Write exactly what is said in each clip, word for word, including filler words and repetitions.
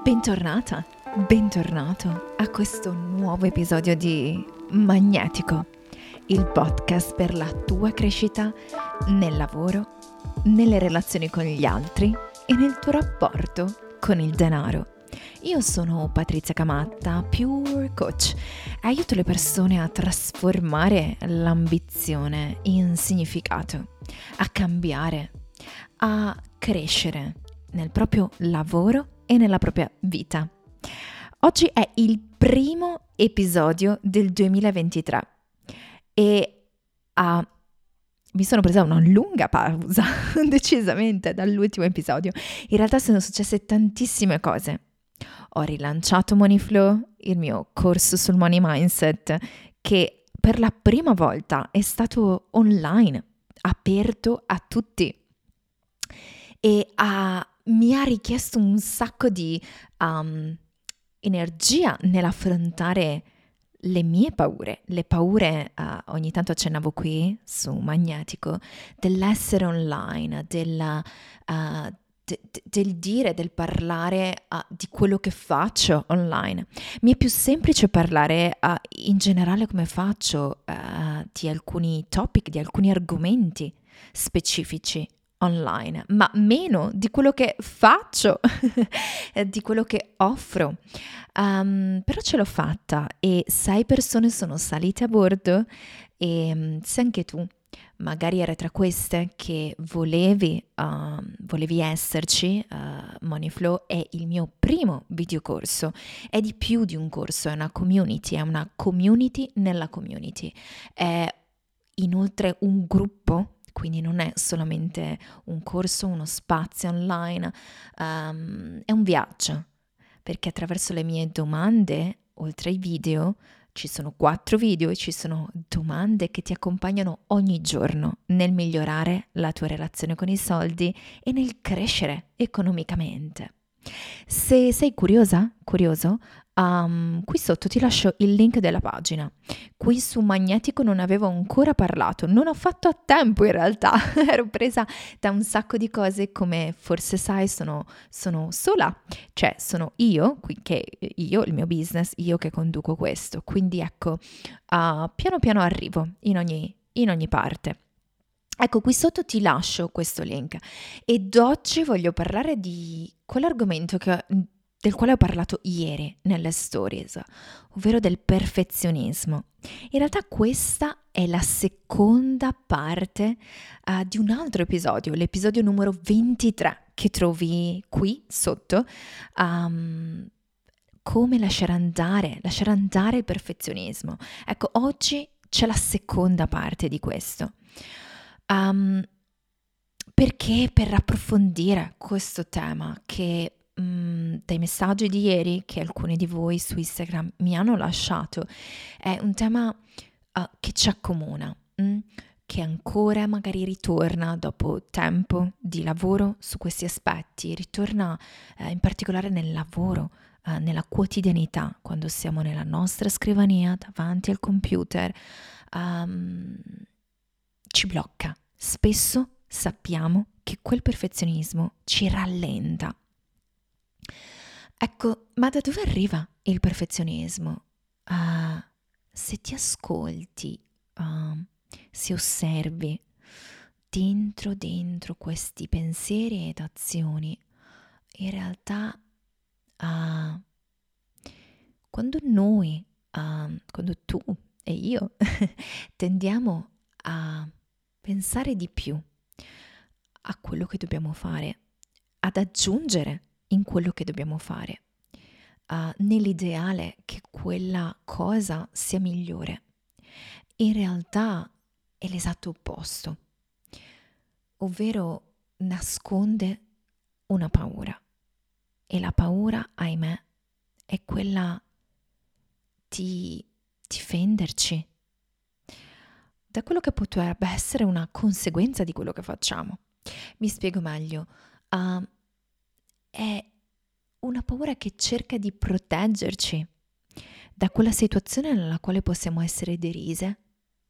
Bentornata, bentornato a questo nuovo episodio di Magnetico, il podcast per la tua crescita nel lavoro, nelle relazioni con gli altri e nel tuo rapporto con il denaro. Io sono Patrizia Camatta, Pure Coach, e aiuto le persone a trasformare l'ambizione in significato, a cambiare, a crescere nel proprio lavoro e nella propria vita. Oggi è il primo episodio del duemilaventitré e uh, mi sono presa una lunga pausa, decisamente, dall'ultimo episodio. In realtà sono successe tantissime cose. Ho rilanciato Money Flow, il mio corso sul money mindset, che per la prima volta è stato online, aperto a tutti e ha, mi ha richiesto un sacco di um, energia nell'affrontare le mie paure, le paure, uh, ogni tanto accennavo qui su Magnetico, dell'essere online, della... Uh, De, de, del dire, del parlare uh, di quello che faccio online. Mi è più semplice parlare uh, in generale come faccio uh, di alcuni topic, di alcuni argomenti specifici online, ma meno di quello che faccio, di quello che offro. Um, però ce l'ho fatta e sei persone sono salite a bordo e um, se anche tu magari era tra queste che volevi, uh, volevi esserci, uh, Money Flow è il mio primo videocorso, è di più di un corso, è una community, è una community nella community, è inoltre un gruppo, quindi non è solamente un corso, uno spazio online, um, è un viaggio, perché attraverso le mie domande, oltre ai video, ci sono quattro video e ci sono domande che ti accompagnano ogni giorno nel migliorare la tua relazione con i soldi e nel crescere economicamente. Se sei curiosa, curioso, um, qui sotto ti lascio il link della pagina. Qui su Magnetico non avevo ancora parlato, non ho fatto a tempo in realtà, ero presa da un sacco di cose, come forse sai sono, sono sola, cioè sono io, qui che io, il mio business, io che conduco questo, quindi ecco, uh, piano piano arrivo in ogni, in ogni parte. Ecco, qui sotto ti lascio questo link ed oggi voglio parlare di quell'argomento che, del quale ho parlato ieri nelle stories, ovvero del perfezionismo. In realtà questa è la seconda parte uh, di un altro episodio, l'episodio numero ventitré che trovi qui sotto, um, come lasciare andare, lasciare andare il perfezionismo. Ecco, oggi c'è la seconda parte di questo. Um, perché per approfondire questo tema che um, dai messaggi di ieri che alcuni di voi su Instagram mi hanno lasciato è un tema uh, che ci accomuna, um, che ancora magari ritorna dopo tempo di lavoro su questi aspetti, ritorna uh, in particolare nel lavoro, uh, nella quotidianità, quando siamo nella nostra scrivania davanti al computer. Um, ci blocca. Spesso sappiamo che quel perfezionismo ci rallenta. Ecco, ma da dove arriva il perfezionismo? Uh, se ti ascolti, uh, se osservi dentro dentro questi pensieri ed azioni, in realtà uh, quando noi, uh, quando tu e io tendiamo a pensare di più a quello che dobbiamo fare, ad aggiungere in quello che dobbiamo fare, uh, nell'ideale che quella cosa sia migliore. In realtà è l'esatto opposto, ovvero nasconde una paura. E la paura, ahimè, è quella di difenderci da quello che potrebbe essere una conseguenza di quello che facciamo. Mi spiego meglio. Uh, è una paura che cerca di proteggerci da quella situazione nella quale possiamo essere derise,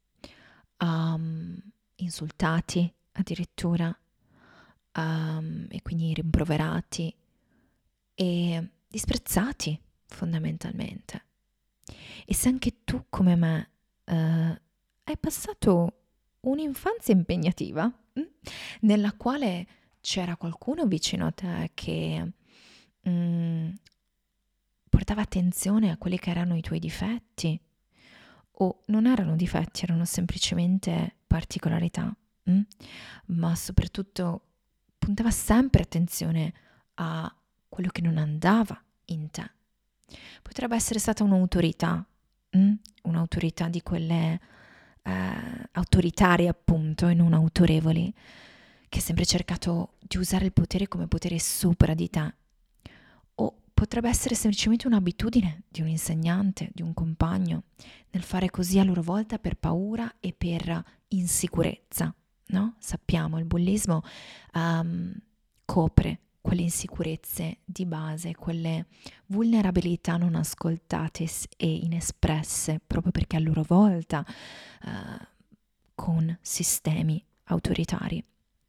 um, insultati addirittura, um, e quindi rimproverati. E disprezzati fondamentalmente. E se anche tu come me eh, hai passato un'infanzia impegnativa, mh, nella quale c'era qualcuno vicino a te che mh, portava attenzione a quelli che erano i tuoi difetti, o non erano difetti, erano semplicemente particolarità, mh? Ma soprattutto puntava sempre attenzione a quello che non andava in te. Potrebbe essere stata un'autorità, mh? Un'autorità di quelle eh, autoritarie appunto e non autorevoli, che ha sempre cercato di usare il potere come potere sopra di te. O potrebbe essere semplicemente un'abitudine di un insegnante, di un compagno, nel fare così a loro volta per paura e per insicurezza, no? Sappiamo, il bullismo um, copre quelle insicurezze di base, quelle vulnerabilità non ascoltate e inespresse, proprio perché a loro volta uh, con sistemi autoritari.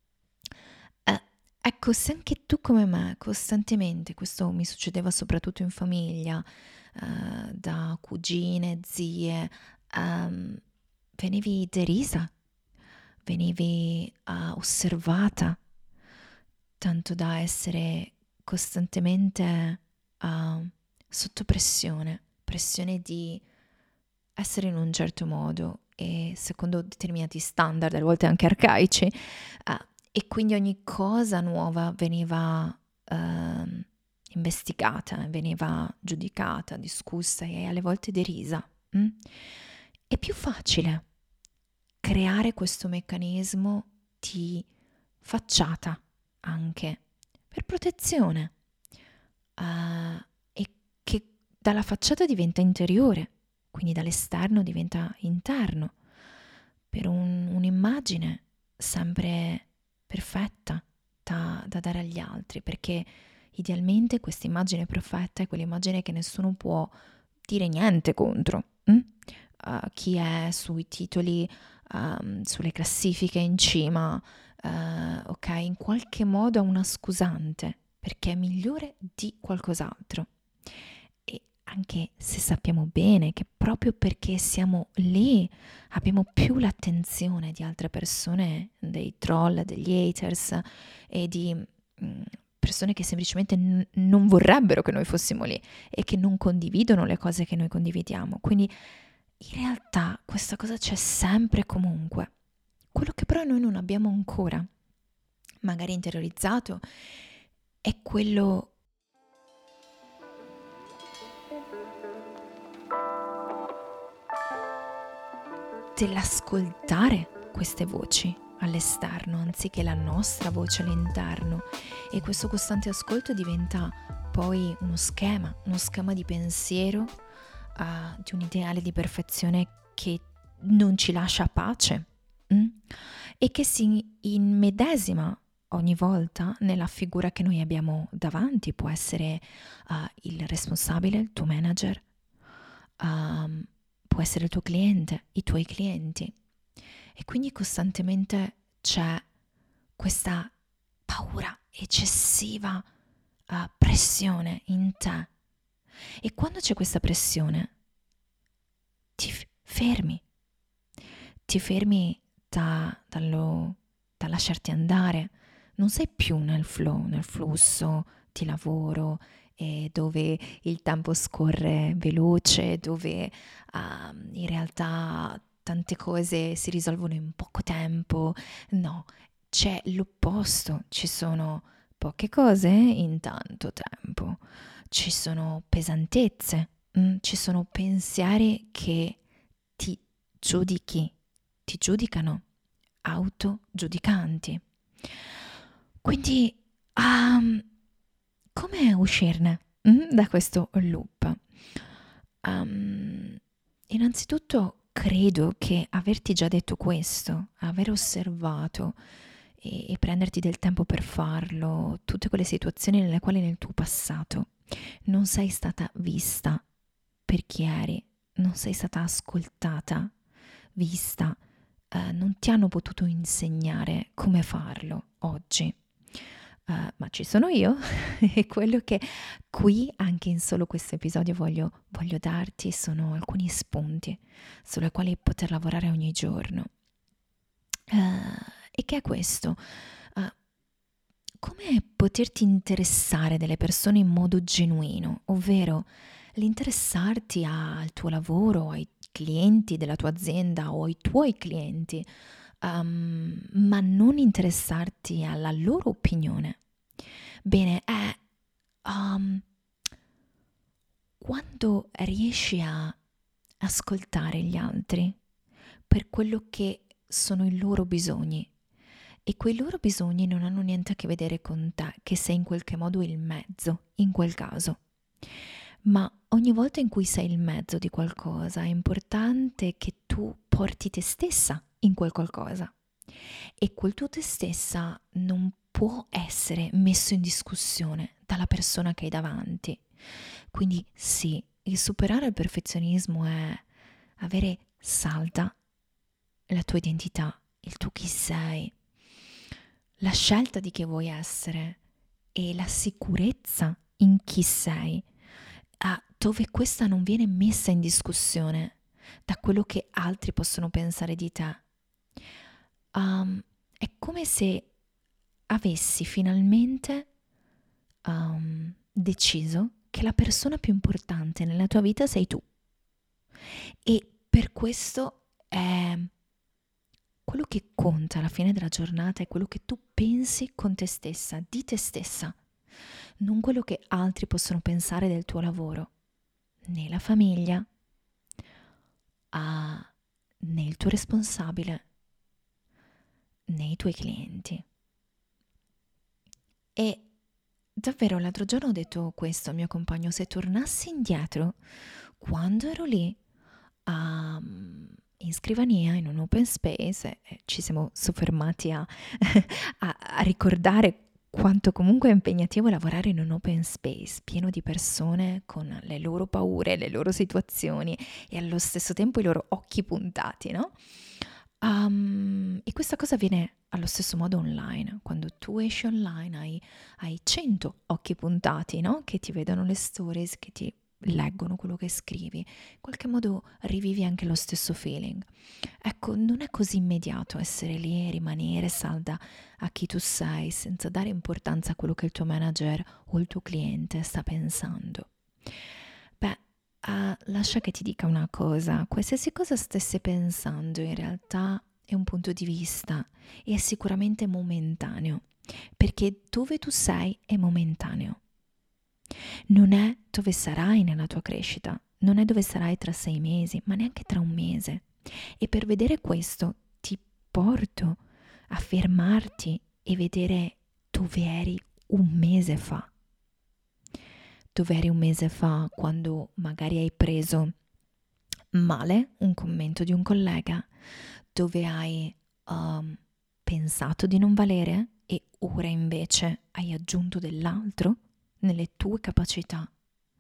Ecco, se anche tu come me costantemente, questo mi succedeva soprattutto in famiglia, eh, da cugine, zie, ehm, venivi derisa, venivi eh, osservata, tanto da essere costantemente eh, sotto pressione, pressione di essere in un certo modo e secondo determinati standard, a volte anche arcaici, eh, e quindi ogni cosa nuova veniva eh, investigata, veniva giudicata, discussa e alle volte derisa. Hm? È più facile creare questo meccanismo di facciata anche per protezione uh, e che dalla facciata diventa interiore, quindi dall'esterno diventa interno, per un, un'immagine sempre perfetta da, da dare agli altri, perché idealmente questa immagine perfetta è quell'immagine che nessuno può dire niente contro. Hm? Uh, chi è sui titoli, um, sulle classifiche in cima, uh, ok, in qualche modo ha una scusante perché è migliore di qualcos'altro. E anche se sappiamo bene che proprio perché siamo lì abbiamo più l'attenzione di altre persone, dei troll, degli haters e di mh, persone che semplicemente n- non vorrebbero che noi fossimo lì e che non condividono le cose che noi condividiamo. Quindi in realtà questa cosa c'è sempre e comunque. Quello che però noi non abbiamo ancora, magari interiorizzato, è quello dell'ascoltare queste voci all'esterno anziché la nostra voce all'interno, e questo costante ascolto diventa poi uno schema, uno schema di pensiero uh, di un ideale di perfezione che non ci lascia pace mm? e che si immedesima ogni volta nella figura che noi abbiamo davanti. Può essere uh, il responsabile, il tuo manager, um, può essere il tuo cliente, i tuoi clienti, e quindi costantemente c'è questa paura eccessiva, uh, pressione in te, e quando c'è questa pressione ti f- fermi, ti fermi da, dallo, da lasciarti andare, non sei più nel flow, nel flusso di lavoro, e dove il tempo scorre veloce, dove uh, in realtà tante cose si risolvono in poco tempo. No, c'è l'opposto, ci sono poche cose in tanto tempo, ci sono pesantezze, mm? Ci sono pensieri che ti giudichi, ti giudicano, autogiudicanti. Quindi um, come uscirne mm, da questo loop? Um, innanzitutto credo che averti già detto questo, aver osservato e, e prenderti del tempo per farlo, tutte quelle situazioni nelle quali nel tuo passato non sei stata vista per chi eri, non sei stata ascoltata, vista, eh, non ti hanno potuto insegnare come farlo oggi. uh, ma ci sono io e quello che qui anche in solo questo episodio voglio, voglio darti sono alcuni spunti sulle quali poter lavorare ogni giorno. Uh, e che è questo? Uh, come poterti interessare delle persone in modo genuino, ovvero l'interessarti al tuo lavoro, ai clienti della tua azienda o ai tuoi clienti, um, ma non interessarti alla loro opinione. Bene, è um, quando riesci a ascoltare gli altri per quello che sono i loro bisogni e quei loro bisogni non hanno niente a che vedere con te, che sei in qualche modo il mezzo, in quel caso. Ma ogni volta in cui sei il mezzo di qualcosa è importante che tu porti te stessa in quel qualcosa e quel tuo te stessa non può essere messo in discussione dalla persona che hai davanti. Quindi sì, il superare il perfezionismo è avere salda la tua identità, il tu chi sei, la scelta di chi vuoi essere e la sicurezza in chi sei, ah, dove questa non viene messa in discussione da quello che altri possono pensare di te. Um, è come se avessi finalmente um, deciso che la persona più importante nella tua vita sei tu. E per questo è quello che conta alla fine della giornata è quello che tu pensi con te stessa, di te stessa, non quello che altri possono pensare del tuo lavoro, né la famiglia, ah, né il tuo responsabile, né i tuoi clienti. E davvero l'altro giorno ho detto questo al mio compagno: se tornassi indietro, quando ero lì a, in scrivania, in un open space, e ci siamo soffermati a, a, a ricordare quanto comunque è impegnativo lavorare in un open space pieno di persone con le loro paure, le loro situazioni e allo stesso tempo i loro occhi puntati, no? Um, e questa cosa avviene allo stesso modo online. Quando tu esci online hai, hai cento occhi puntati, no? Che ti vedono le stories, che ti leggono quello che scrivi. In qualche modo rivivi anche lo stesso feeling. Ecco, non è così immediato essere lì e rimanere salda a chi tu sei senza dare importanza a quello che il tuo manager o il tuo cliente sta pensando. Beh, uh, lascia che ti dica una cosa, qualsiasi cosa stesse pensando in realtà è un punto di vista e è sicuramente momentaneo, perché dove tu sei è momentaneo. Non è dove sarai nella tua crescita, non è dove sarai tra sei mesi, ma neanche tra un mese. E per vedere questo ti porto a fermarti e vedere dove eri un mese fa. Dove eri un mese fa quando magari hai preso male un commento di un collega, dove hai um, pensato di non valere e ora invece hai aggiunto dell'altro nelle tue capacità.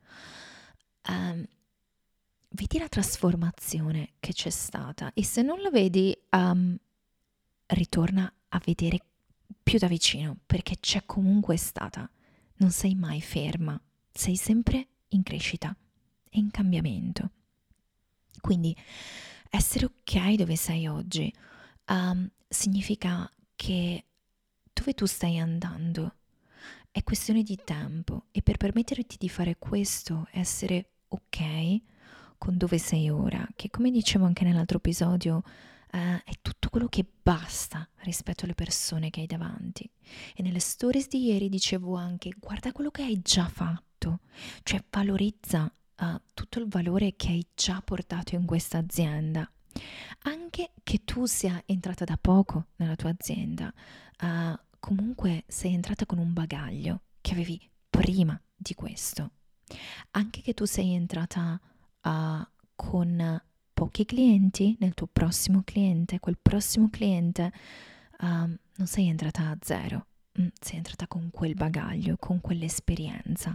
Um, vedi la trasformazione che c'è stata e se non la vedi, um, ritorna a vedere più da vicino, perché c'è comunque stata. Non sei mai ferma, sei sempre in crescita e in cambiamento. Quindi essere ok dove sei oggi um, significa che dove tu stai andando è questione di tempo e per permetterti di fare questo, essere ok con dove sei ora, che come dicevo anche nell'altro episodio Uh, è tutto quello che basta rispetto alle persone che hai davanti. E nelle stories di ieri dicevo anche: guarda quello che hai già fatto, cioè valorizza uh, tutto il valore che hai già portato in questa azienda. Anche che tu sia entrata da poco nella tua azienda, uh, comunque sei entrata con un bagaglio che avevi prima di questo. Anche che tu sei entrata uh, con pochi clienti nel tuo prossimo cliente, quel prossimo cliente, um, non sei entrata a zero, mm, sei entrata con quel bagaglio, con quell'esperienza.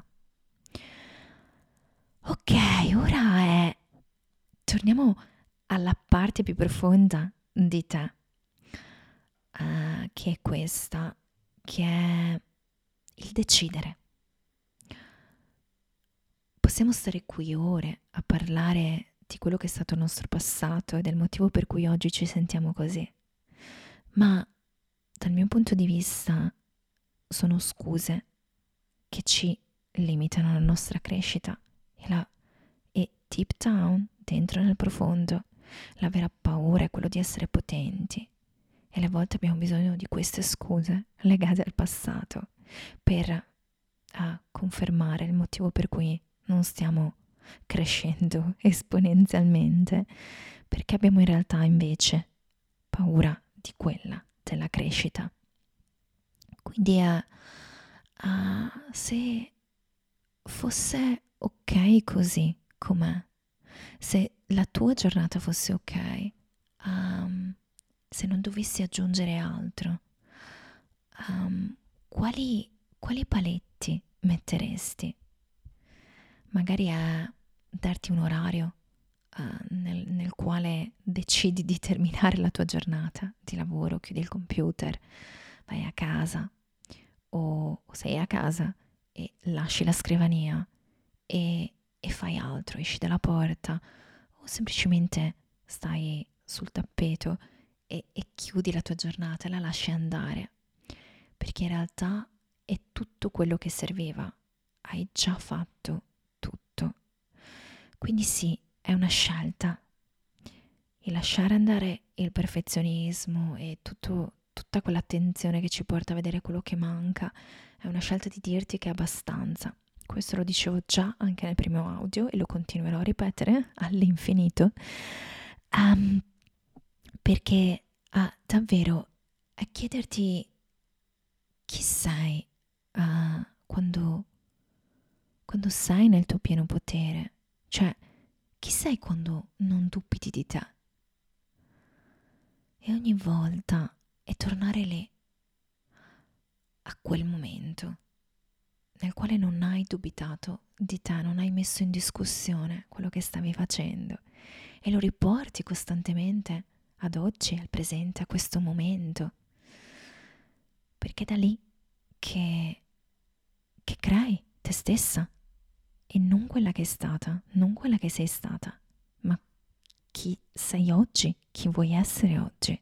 Ok, ora è... torniamo alla parte più profonda di te, uh, che è questa, che è il decidere. Possiamo stare qui ore a parlare di quello che è stato il nostro passato e del motivo per cui oggi ci sentiamo così, ma dal mio punto di vista sono scuse che ci limitano la nostra crescita e, la, e deep down, dentro nel profondo, la vera paura è quello di essere potenti e alle volte abbiamo bisogno di queste scuse legate al passato per uh, confermare il motivo per cui non stiamo crescendo esponenzialmente, perché abbiamo in realtà invece paura di quella della crescita. Quindi uh, uh, se fosse ok così com'è, se la tua giornata fosse ok, um, se non dovessi aggiungere altro, um, quali, quali paletti metteresti? Magari a darti un orario uh, nel, nel quale decidi di terminare la tua giornata di lavoro, chiudi il computer, vai a casa o, o sei a casa e lasci la scrivania e, e fai altro, esci dalla porta o semplicemente stai sul tappeto e, e chiudi la tua giornata e la lasci andare, perché in realtà è tutto quello che serviva, hai già fatto tutto. Quindi sì, è una scelta, e lasciare andare il perfezionismo e tutto, tutta quell'attenzione che ci porta a vedere quello che manca è una scelta di dirti che è abbastanza. Questo lo dicevo già anche nel primo audio e lo continuerò a ripetere all'infinito, um, perché uh, davvero è chiederti chi sei uh, quando, quando sei nel tuo pieno potere, cioè chi sei quando non dubiti di te. E ogni volta è tornare lì, a quel momento nel quale non hai dubitato di te, non hai messo in discussione quello che stavi facendo e lo riporti costantemente ad oggi, al presente, a questo momento, perché è da lì che, che crei te stessa e non quella che è stata, non quella che sei stata, ma chi sei oggi, chi vuoi essere oggi.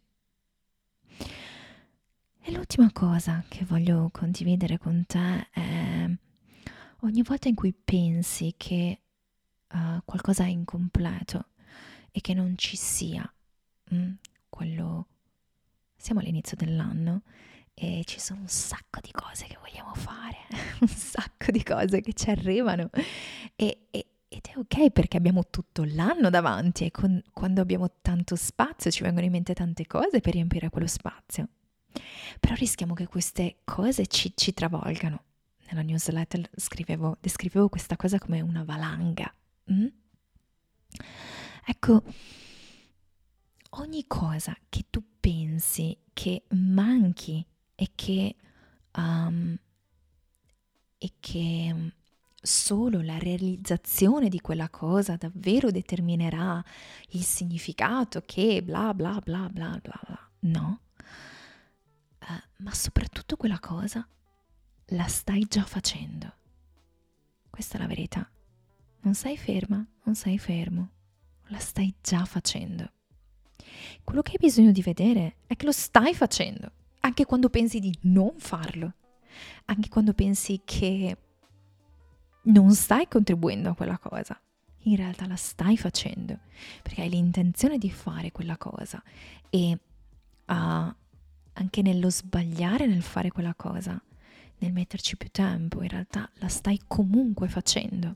E l'ultima cosa che voglio condividere con te è ogni volta in cui pensi che uh, qualcosa è incompleto e che non ci sia mm, quello, siamo all'inizio dell'anno e ci sono un sacco di cose che vogliamo fare, un sacco di cose che ci arrivano e, e, ed è ok perché abbiamo tutto l'anno davanti e con, quando abbiamo tanto spazio ci vengono in mente tante cose per riempire quello spazio. Però rischiamo che queste cose ci, ci travolgano. Nella newsletter scrivevo, descrivevo questa cosa come una valanga. Mm? Ecco, ogni cosa che tu pensi che manchi e che, um, e che solo la realizzazione di quella cosa davvero determinerà il significato che bla bla bla bla bla bla. No. Uh, ma soprattutto quella cosa la stai già facendo. Questa è la verità. Non sei ferma, non sei fermo, la stai già facendo. Quello che hai bisogno di vedere è che lo stai facendo, anche quando pensi di non farlo, anche quando pensi che non stai contribuendo a quella cosa. In realtà la stai facendo, perché hai l'intenzione di fare quella cosa e uh, anche nello sbagliare nel fare quella cosa, nel metterci più tempo, in realtà la stai comunque facendo.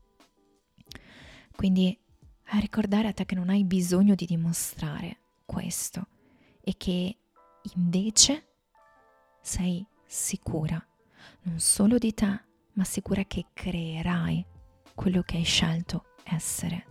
Quindi a ricordare a te che non hai bisogno di dimostrare questo e che invece sei sicura non solo di te, ma sicura che creerai quello che hai scelto essere.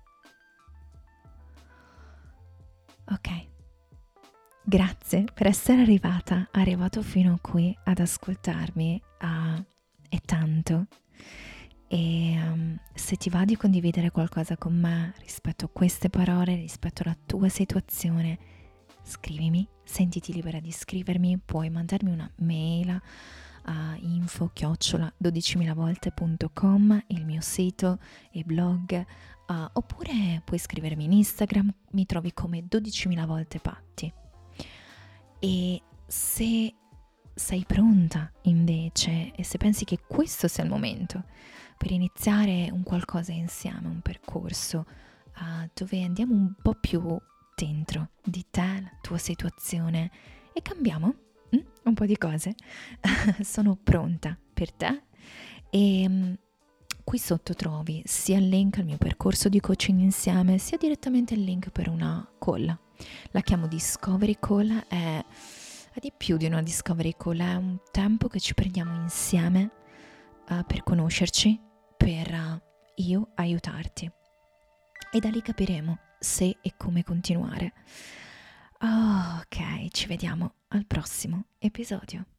Ok. Grazie per essere arrivata, arrivato fino qui ad ascoltarmi, uh, è tanto. E um, se ti va di condividere qualcosa con me rispetto a queste parole, rispetto alla tua situazione, scrivimi, sentiti libera di scrivermi, puoi mandarmi una mail a info info chiocciola dodicimila volte punto com, il mio sito e blog, uh, oppure puoi scrivermi in Instagram, mi trovi come dodicimila volte Patti. E se sei pronta invece e se pensi che questo sia il momento per iniziare un qualcosa insieme, un percorso uh, dove andiamo un po' più dentro di te, la tua situazione e cambiamo mm? un po' di cose, sono pronta per te e um, qui sotto trovi sia il link al mio percorso di coaching insieme, sia direttamente il link per una call. La chiamo Discovery Call, è È di più di una discovery call, è un tempo che ci prendiamo insieme uh, per conoscerci, per uh, io aiutarti. E da lì capiremo se e come continuare. Oh, ok, ci vediamo al prossimo episodio.